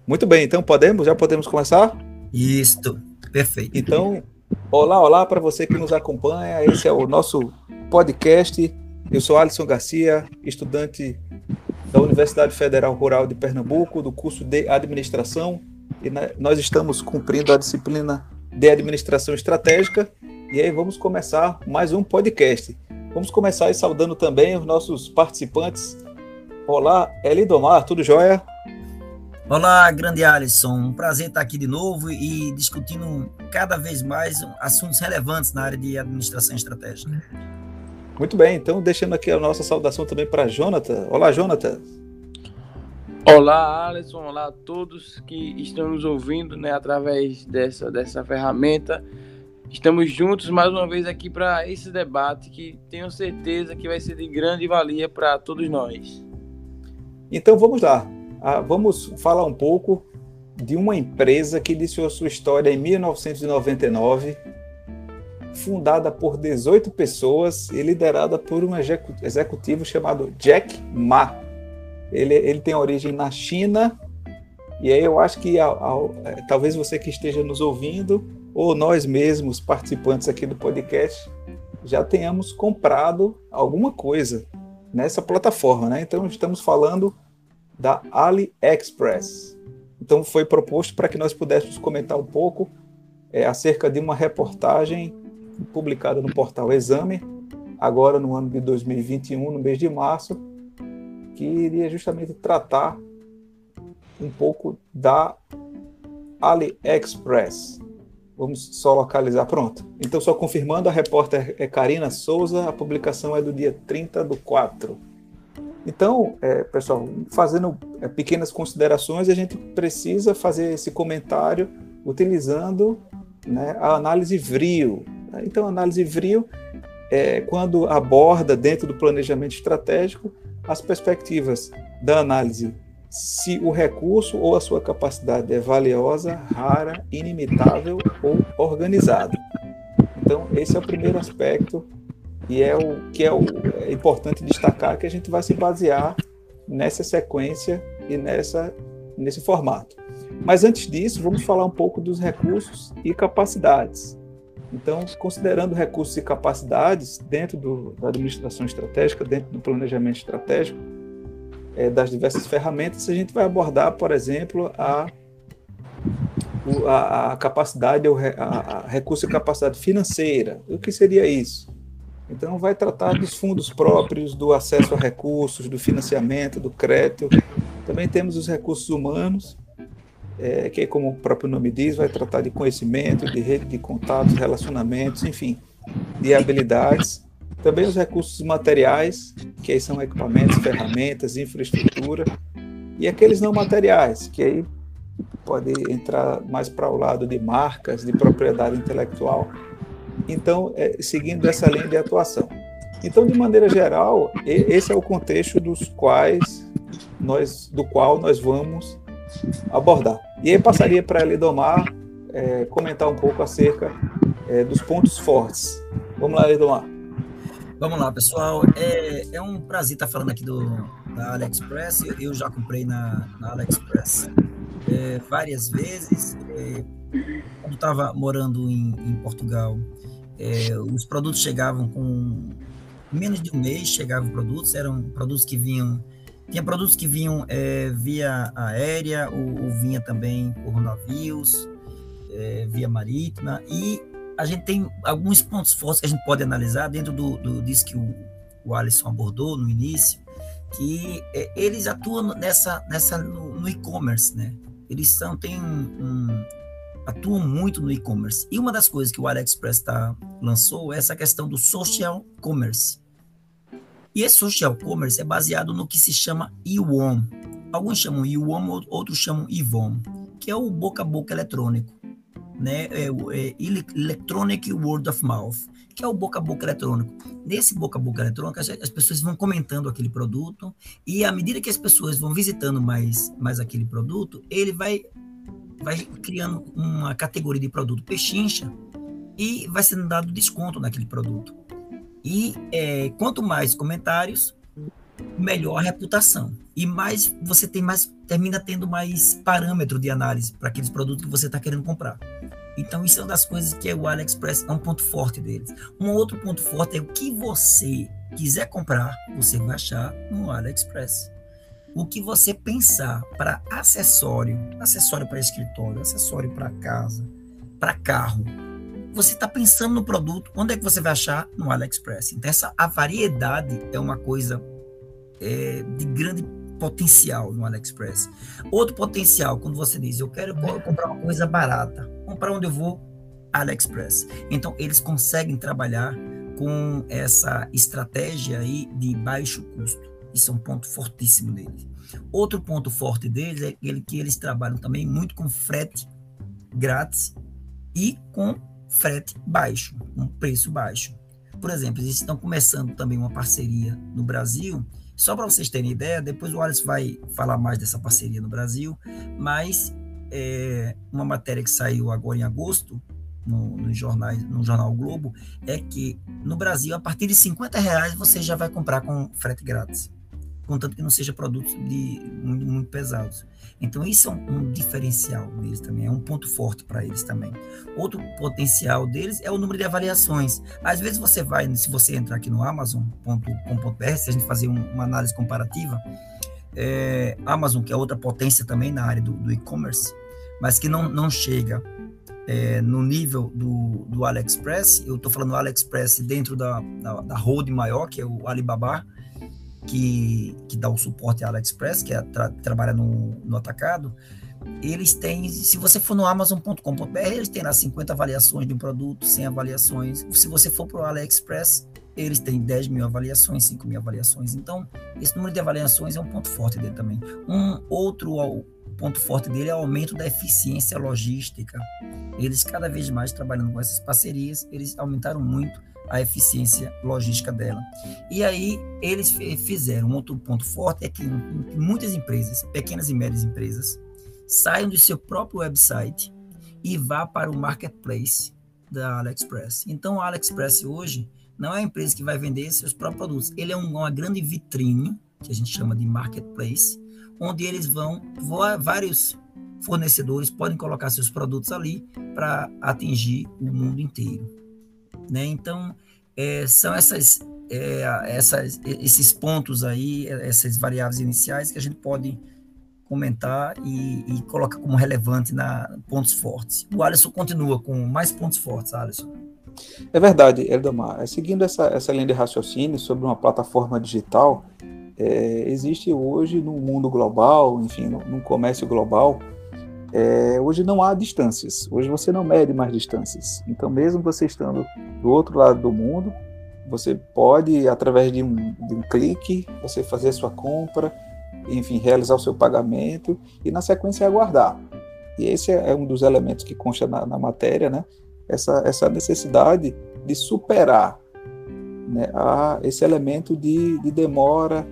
Muito bem, então já podemos começar? Isto, perfeito. Então, olá para você que nos acompanha. Esse é o nosso podcast. Eu sou Alisson Garcia, estudante da Universidade Federal Rural de Pernambuco, do curso de Administração, e nós estamos cumprindo a disciplina de Administração Estratégica. E aí vamos começar mais um podcast. Vamos começar aí saudando também os nossos participantes. Olá, Elidomar, tudo jóia? Olá, grande Alisson, um prazer estar aqui de novo e discutindo cada vez mais assuntos relevantes na área de administração estratégica. Muito bem, então deixando aqui a nossa saudação também para Jonathan. Olá, Jonathan. Olá, Alisson, olá a todos que estão nos ouvindo, através dessa ferramenta. Estamos juntos mais uma vez aqui para esse debate que tenho certeza que vai ser de grande valia para todos nós. Então vamos lá. Vamos falar um pouco de uma empresa que iniciou sua história em 1999, fundada por 18 pessoas e liderada por um executivo chamado Jack Ma. Ele tem origem na China, e aí eu acho que talvez você que esteja nos ouvindo, ou nós mesmos, participantes aqui do podcast, já tenhamos comprado alguma coisa nessa plataforma, né? Então estamos falando da AliExpress. Então foi proposto para que nós pudéssemos comentar um pouco acerca de uma reportagem publicada no portal Exame, agora no ano de 2021, no mês de março, que iria justamente tratar um pouco da AliExpress. Vamos só localizar, pronto. Então, só confirmando, a repórter é Karina Souza, a publicação é do dia 30/4. Então, pessoal, fazendo pequenas considerações, a gente precisa fazer esse comentário utilizando, a análise VRIO. Então, a análise VRIO é quando aborda, dentro do planejamento estratégico, as perspectivas da análise se o recurso ou a sua capacidade é valiosa, rara, inimitável ou organizado. Então, esse é o primeiro aspecto. E é importante destacar que a gente vai se basear nessa sequência e nesse formato. Mas antes disso, vamos falar um pouco dos recursos e capacidades. Então, considerando recursos e capacidades dentro da administração estratégica, dentro do planejamento estratégico, das diversas ferramentas, a gente vai abordar, por exemplo, a capacidade, a recurso e capacidade financeira. O que seria isso? Então, vai tratar dos fundos próprios, do acesso a recursos, do financiamento, do crédito. Também temos os recursos humanos, que, como o próprio nome diz, vai tratar de conhecimento, de rede de contatos, relacionamentos, enfim, de habilidades. Também os recursos materiais, que aí são equipamentos, ferramentas, infraestrutura. E aqueles não materiais, que aí pode entrar mais para o lado de marcas, de propriedade intelectual. Então, seguindo essa linha de atuação. Então, de maneira geral, esse é o contexto do qual nós vamos abordar. E aí passaria para a Elidomar comentar um pouco acerca dos pontos fortes. Vamos lá, Elidomar. Vamos lá, pessoal. É um prazer estar falando aqui da AliExpress. Eu já comprei na AliExpress várias vezes. Quando estava morando em Portugal, os produtos chegavam com menos de um mês, chegavam produtos, eram produtos que vinham, tinha produtos que vinham via aérea, ou vinha também por navios, via marítima, e a gente tem alguns pontos fortes que a gente pode analisar dentro disso que o Alisson abordou no início, que eles atuam no e-commerce, né? Eles atuam muito no e-commerce. E uma das coisas que o AliExpress lançou é essa questão do social commerce. E esse social commerce é baseado no que se chama e-com. Alguns chamam e-com, outros chamam e-com, que é o boca a boca eletrônico, né? Electronic Word of Mouth, que é o boca a boca eletrônico. Nesse boca a boca eletrônico, as pessoas vão comentando aquele produto, e à medida que as pessoas vão visitando mais aquele produto, ele vai criando uma categoria de produto pechincha e vai sendo dado desconto naquele produto. E quanto mais comentários, melhor a reputação. E mais você termina tendo mais parâmetro de análise para aqueles produtos que você está querendo comprar. Então, isso é uma das coisas que o AliExpress é um ponto forte deles. Um outro ponto forte é o que você quiser comprar, você vai achar no AliExpress. O que você pensar para acessório para escritório, acessório para casa, para carro, você está pensando no produto, onde é que você vai achar? No AliExpress. Então, a variedade é uma coisa de grande potencial no AliExpress. Outro potencial, quando você diz, eu quero comprar uma coisa barata, para onde eu vou? AliExpress. Então, eles conseguem trabalhar com essa estratégia aí de baixo custo. Isso é um ponto fortíssimo deles. Outro ponto forte deles é que eles trabalham também muito com frete grátis e com frete baixo, um preço baixo. Por exemplo, eles estão começando também uma parceria no Brasil. Só para vocês terem ideia, depois o Alisson vai falar mais dessa parceria no Brasil, mas uma matéria que saiu agora em agosto, no jornal Globo, é que no Brasil, a partir de R$50 você já vai comprar com frete grátis, contanto que não seja produtos muito, muito pesados. Então, isso é um diferencial deles também, é um ponto forte para eles também. Outro potencial deles é o número de avaliações. Às vezes você vai, se você entrar aqui no Amazon.com.br, se a gente fazer uma análise comparativa, Amazon, que é outra potência também na área do e-commerce, mas que não chega no nível do AliExpress. Eu estou falando do AliExpress dentro da holding maior, que é o Alibaba, que dá o suporte à AliExpress, que trabalha no atacado. Eles têm, se você for no Amazon.com.br, eles têm lá 50 avaliações de um produto, 100 avaliações. Se você for para o AliExpress, eles têm 10 mil avaliações, 5 mil avaliações. Então, esse número de avaliações é um ponto forte dele também. Um outro ponto forte dele é o aumento da eficiência logística. Eles, cada vez mais, trabalhando com essas parcerias, eles aumentaram muito a eficiência logística dela. E aí, eles fizeram um outro ponto forte, é que muitas empresas, pequenas e médias empresas, saiam do seu próprio website e vá para o marketplace da AliExpress. Então, a AliExpress hoje não é uma empresa que vai vender seus próprios produtos. Ele é uma grande vitrine, que a gente chama de marketplace, onde eles vários fornecedores podem colocar seus produtos ali para atingir o mundo inteiro, né? Então, são esses pontos aí, essas variáveis iniciais que a gente pode comentar e coloca como relevante pontos fortes. O Alisson continua com mais pontos fortes, Alisson. É verdade, Eldomar. Seguindo essa linha de raciocínio sobre uma plataforma digital, existe hoje no mundo global, enfim, no comércio global, hoje não há distâncias. Hoje você não mede mais distâncias. Então, mesmo você estando do outro lado do mundo, você pode, através de um clique, você fazer a sua compra, enfim, realizar o seu pagamento e, na sequência, aguardar. E esse é um dos elementos que consta na matéria, né? Essa necessidade de superar, né, esse elemento de demora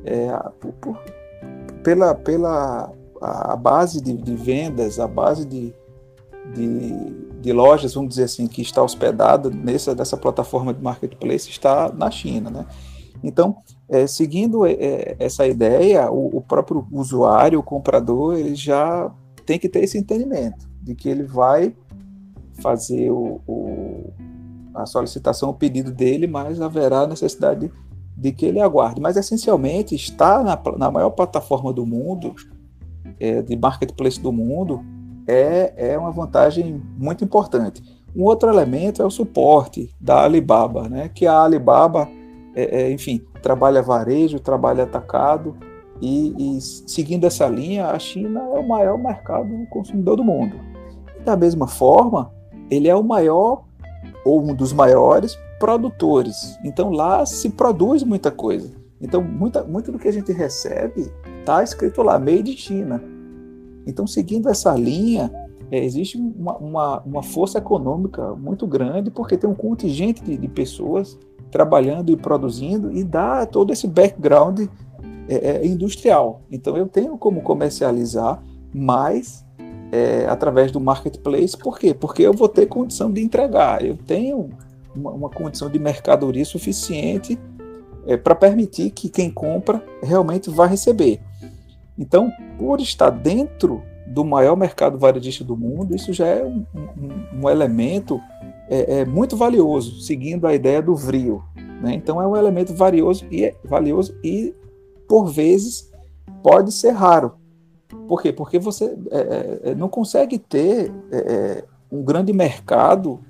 pela a base de vendas, a base de lojas, vamos dizer assim, que está hospedada dessa plataforma de marketplace está na China, né? Então, seguindo essa ideia, o próprio usuário, o comprador, ele já tem que ter esse entendimento de que ele vai fazer a solicitação, o pedido dele, mas haverá necessidade de que ele aguarde. Mas, essencialmente, estar na maior plataforma do mundo, de marketplace do mundo, é uma vantagem muito importante. Um outro elemento é o suporte da Alibaba, né? Que a Alibaba, enfim, trabalha varejo, trabalha atacado, e seguindo essa linha, a China é o maior mercado consumidor do mundo. E, da mesma forma, ele é o maior, ou um dos maiores, produtores. Então, lá se produz muita coisa. Então, muito do que a gente recebe está escrito lá, Made in China. Então, seguindo essa linha, existe uma força econômica muito grande, porque tem um contingente de pessoas trabalhando e produzindo, e dá todo esse background industrial. Então, eu tenho como comercializar mais através do marketplace. Por quê? Porque eu vou ter condição de entregar. Eu tenho uma condição de mercadoria suficiente para permitir que quem compra realmente vá receber. Então, por estar dentro do maior mercado varejista do mundo, isso já é um elemento muito valioso, seguindo a ideia do VRIO, né? Então, é um elemento valioso e, por vezes, pode ser raro. Por quê? Porque você não consegue ter um grande mercado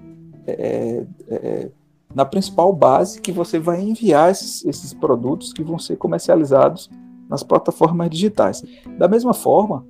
na principal base que você vai enviar esses produtos que vão ser comercializados nas plataformas digitais. Da mesma forma,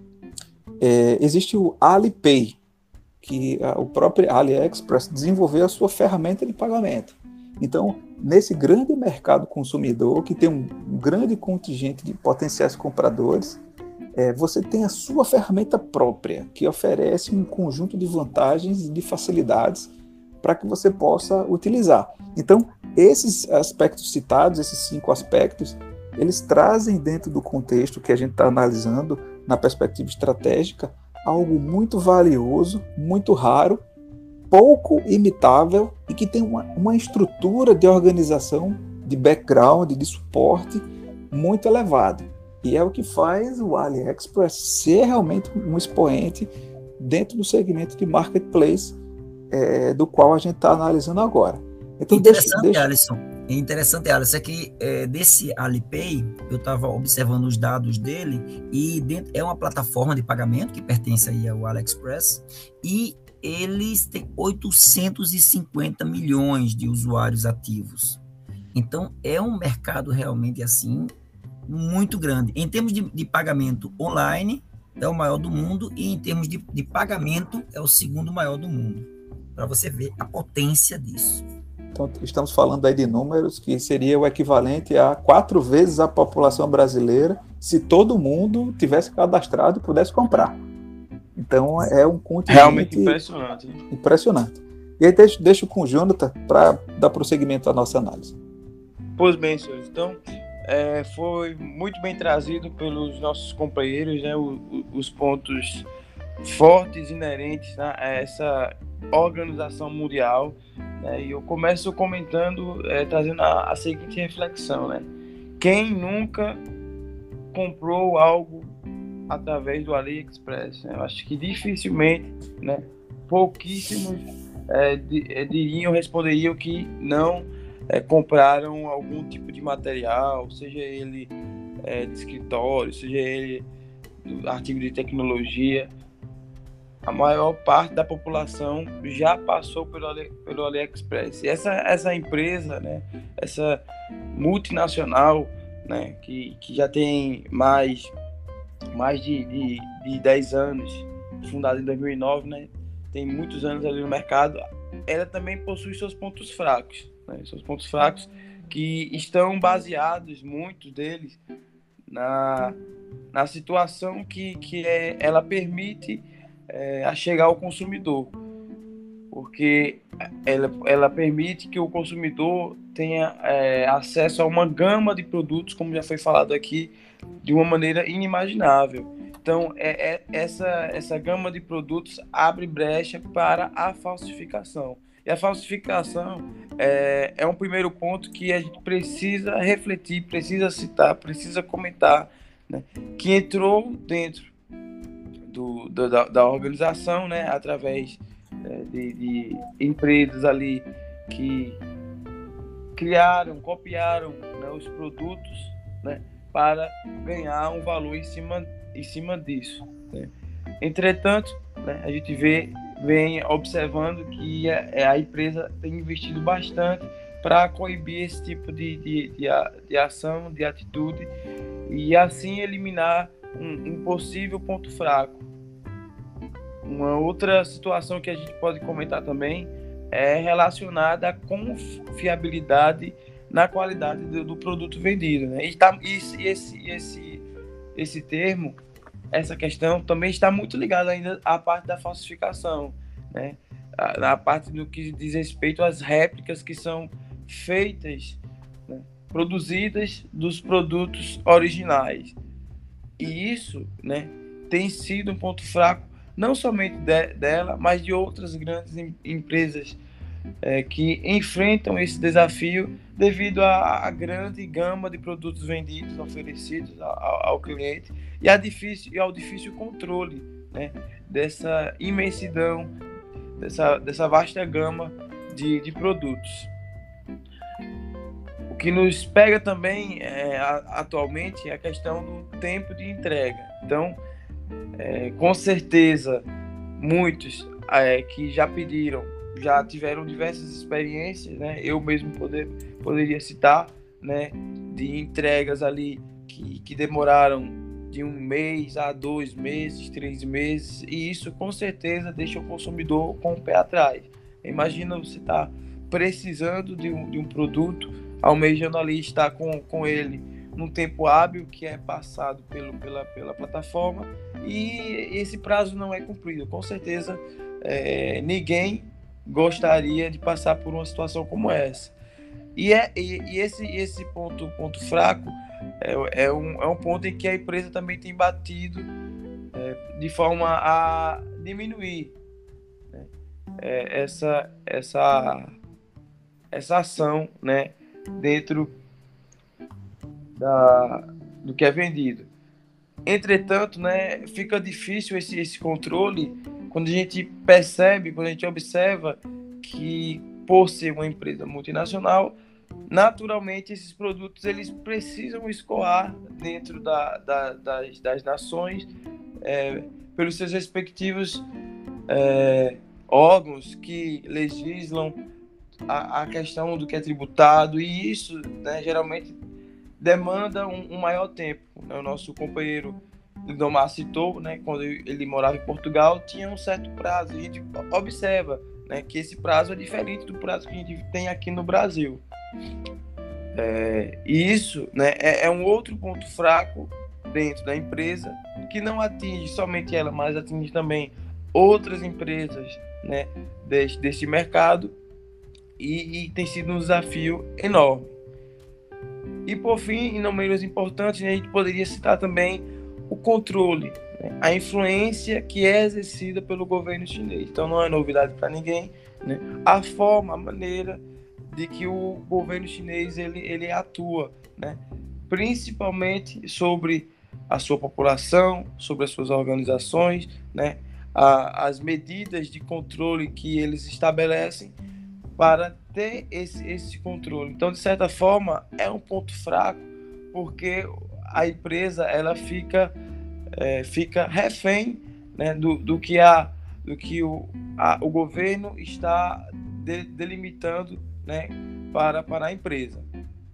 existe o Alipay, que o próprio AliExpress desenvolveu a sua ferramenta de pagamento. Então, nesse grande mercado consumidor, que tem um grande contingente de potenciais compradores, você tem a sua ferramenta própria, que oferece um conjunto de vantagens e de facilidades para que você possa utilizar. Então, esses aspectos citados, esses 5 aspectos, eles trazem dentro do contexto que a gente está analisando, na perspectiva estratégica, algo muito valioso, muito raro, pouco imitável e que tem uma estrutura de organização, de background, de suporte muito elevado. E é o que faz o AliExpress ser realmente um expoente dentro do segmento de marketplace do qual a gente está analisando agora. Então, Interessante, Alisson, é que desse Alipay, eu estava observando os dados dele, e é uma plataforma de pagamento que pertence aí ao AliExpress, e eles têm 850 milhões de usuários ativos. Então, é um mercado realmente assim, muito grande. Em termos de pagamento online, é o maior do mundo, e em termos de pagamento, é o segundo maior do mundo. Para você ver a potência disso. Então, estamos falando aí de números que seria o equivalente a 4 vezes a população brasileira, se todo mundo tivesse cadastrado e pudesse comprar. Então, é um contingente realmente impressionante. E aí, deixo com o Jonathan para dar prosseguimento à nossa análise. Pois bem, senhores. Então, foi muito bem trazido pelos nossos companheiros, né, os pontos fortes inerentes, né, a essa organização mundial, né, e eu começo comentando, trazendo a seguinte reflexão, né? Quem nunca comprou algo através do AliExpress, né? Eu acho que dificilmente, né, pouquíssimos responderiam que não compraram algum tipo de material, seja ele de escritório, seja ele artigo de tecnologia. A maior parte da população já passou pelo AliExpress. E essa empresa, né, essa multinacional, né, que já tem mais de 10 anos, fundada em 2009, né, tem muitos anos ali no mercado, ela também possui seus pontos fracos, né, seus pontos fracos que estão baseados, muitos deles, na situação que ela permite a chegar ao consumidor, porque ela permite que o consumidor tenha acesso a uma gama de produtos, como já foi falado aqui, de uma maneira inimaginável. Então, essa gama de produtos abre brecha para a falsificação. E a falsificação é um primeiro ponto que a gente precisa refletir, precisa citar, precisa comentar, né, que entrou dentro da organização, né, através de empresas ali que copiaram, né, os produtos, né, para ganhar um valor em cima disso, né. Entretanto, né, a gente vem observando que a empresa tem investido bastante para coibir esse tipo de ação, de atitude, e assim eliminar um possível ponto fraco. Uma outra situação que a gente pode comentar também é relacionada à confiabilidade na qualidade do produto vendido, né? Esse termo, essa questão também está muito ligada ainda à parte da falsificação, né? Na parte do que diz respeito às réplicas que são feitas, né, produzidas dos produtos originais. E isso, né, tem sido um ponto fraco, não somente dela, mas de outras grandes empresas que enfrentam esse desafio devido à grande gama de produtos vendidos, oferecidos ao cliente e ao difícil controle, né, dessa imensidão, dessa vasta gama de produtos. O que nos pega também atualmente é a questão do tempo de entrega. Então, com certeza, muitos que já pediram, já tiveram diversas experiências, né? Eu mesmo poderia citar, né, de entregas ali que demoraram de 1 mês a 2 meses, 3 meses, e isso com certeza deixa o consumidor com o pé atrás. Imagina você estar precisando de um produto, almejando ali estar com ele num tempo hábil que é passado pela plataforma, e esse prazo não é cumprido. Com certeza ninguém gostaria de passar por uma situação como essa. E esse ponto fraco é um ponto em que a empresa também tem batido de forma a diminuir, né, essa ação, né, dentro do que é vendido. Entretanto, né, fica difícil esse controle quando a gente percebe, quando a gente observa que, por ser uma empresa multinacional, naturalmente esses produtos eles precisam escoar dentro das nações pelos seus respectivos órgãos que legislam a questão do que é tributado, e isso, né, geralmente demanda um maior tempo. O nosso companheiro Lindomar citou, né, quando ele morava em Portugal, tinha um certo prazo. A gente observa, né, que esse prazo é diferente do prazo que a gente tem aqui no Brasil. E isso, né, é um outro ponto fraco dentro da empresa, que não atinge somente ela, mas atinge também outras empresas, né, deste mercado, e tem sido um desafio enorme. E por fim, e não menos importante, né, a gente poderia citar também o controle, né, a influência que é exercida pelo governo chinês. Então não é novidade para ninguém, né, a forma, a maneira de que o governo chinês ele atua, né, principalmente sobre a sua população, sobre as suas organizações, né, as medidas de controle que eles estabelecem para ter esse controle. Então, de certa forma, é um ponto fraco, porque a empresa ela fica refém, né, do que o governo está delimitando, né, para a empresa.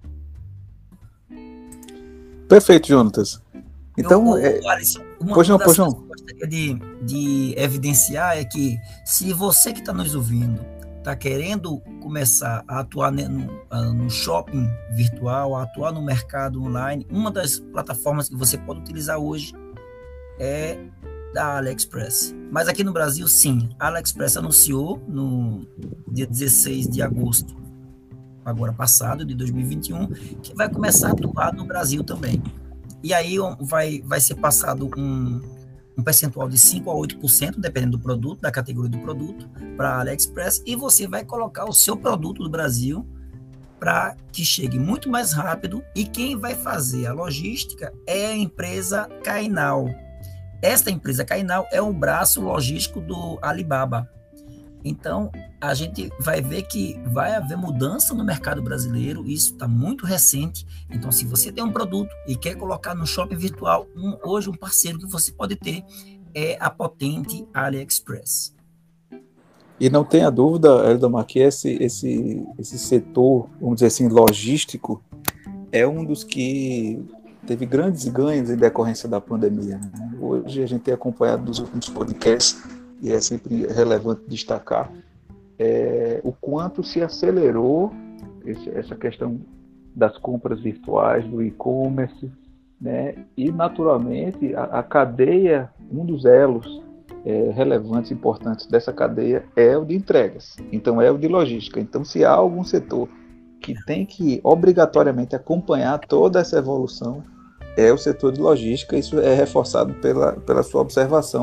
Perfeito, Jonatas. Então, Alisson, uma pois não. que eu gostaria de evidenciar é que, se você que está nos ouvindo está querendo começar a atuar no shopping virtual, a atuar no mercado online, uma das plataformas que você pode utilizar hoje é da AliExpress. Mas aqui no Brasil, sim, a AliExpress anunciou no dia 16 de agosto, agora passado, de 2021, que vai começar a atuar no Brasil também. E aí vai ser passado um percentual de 5% a 8%, dependendo do produto, da categoria do produto, para a AliExpress, e você vai colocar o seu produto do Brasil para que chegue muito mais rápido, e quem vai fazer a logística é a empresa Cainao. Esta empresa Cainao é o braço logístico do Alibaba. Então, a gente vai ver que vai haver mudança no mercado brasileiro, isso está muito recente. Então, se você tem um produto e quer colocar no shopping virtual, hoje um parceiro que você pode ter é a potente AliExpress. E não tenha dúvida, Eldomar, que esse setor, vamos dizer assim, logístico, é um dos que teve grandes ganhos em decorrência da pandemia, né? Hoje a gente tem acompanhado nos últimos podcasts, e é sempre relevante destacar o quanto se acelerou essa questão das compras virtuais, do e-commerce, né? E, naturalmente, a cadeia, um dos elos relevantes, importantes dessa cadeia é o de entregas, então é o de logística. Então, se há algum setor que tem que obrigatoriamente acompanhar toda essa evolução, é o setor de logística. Isso é reforçado pela sua observação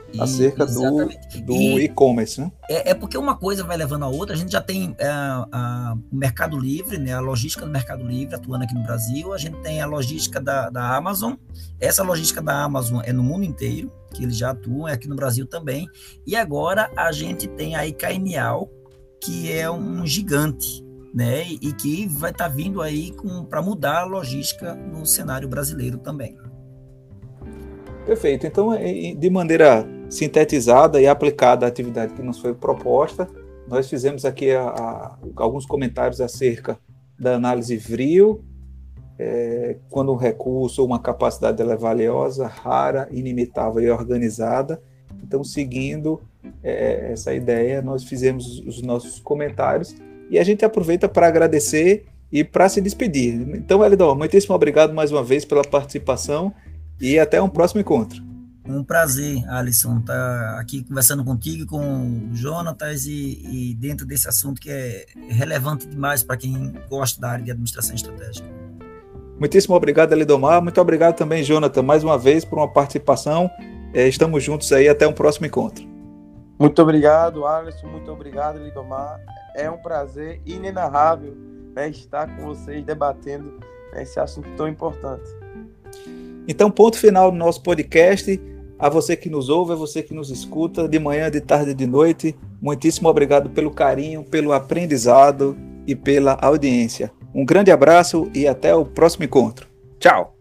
acerca do e-commerce, né? É porque uma coisa vai levando a outra. A gente já tem o Mercado Livre, né? A logística do Mercado Livre atuando aqui no Brasil. A gente tem a logística da Amazon. Essa logística da Amazon é no mundo inteiro, que eles já atuam, é aqui no Brasil também. E agora a gente tem a Icanial, que é um gigante, né? E que vai estar vindo aí para mudar a logística no cenário brasileiro também. Perfeito. Então, de maneira sintetizada e aplicada à atividade que nos foi proposta, nós fizemos aqui alguns comentários acerca da análise VRIO, quando um recurso ou uma capacidade é valiosa, rara, inimitável e organizada. Então, seguindo essa ideia, nós fizemos os nossos comentários e a gente aproveita para agradecer e para se despedir. Então, Elidon, muitíssimo obrigado mais uma vez pela participação e até um próximo encontro. Um prazer, Alisson, estar aqui conversando contigo e com o Jonatas e dentro desse assunto que é relevante demais para quem gosta da área de administração estratégica. Muitíssimo obrigado, Elidomar. Muito obrigado também, Jonathan, mais uma vez por uma participação. Estamos juntos aí, até um próximo encontro. Muito obrigado, Alisson. Muito obrigado, Elidomar. É um prazer inenarrável, né, estar com vocês debatendo esse assunto tão importante. Então, ponto final do nosso podcast. A você que nos ouve, a você que nos escuta, de manhã, de tarde, de noite, muitíssimo obrigado pelo carinho, pelo aprendizado e pela audiência. Um grande abraço e até o próximo encontro. Tchau!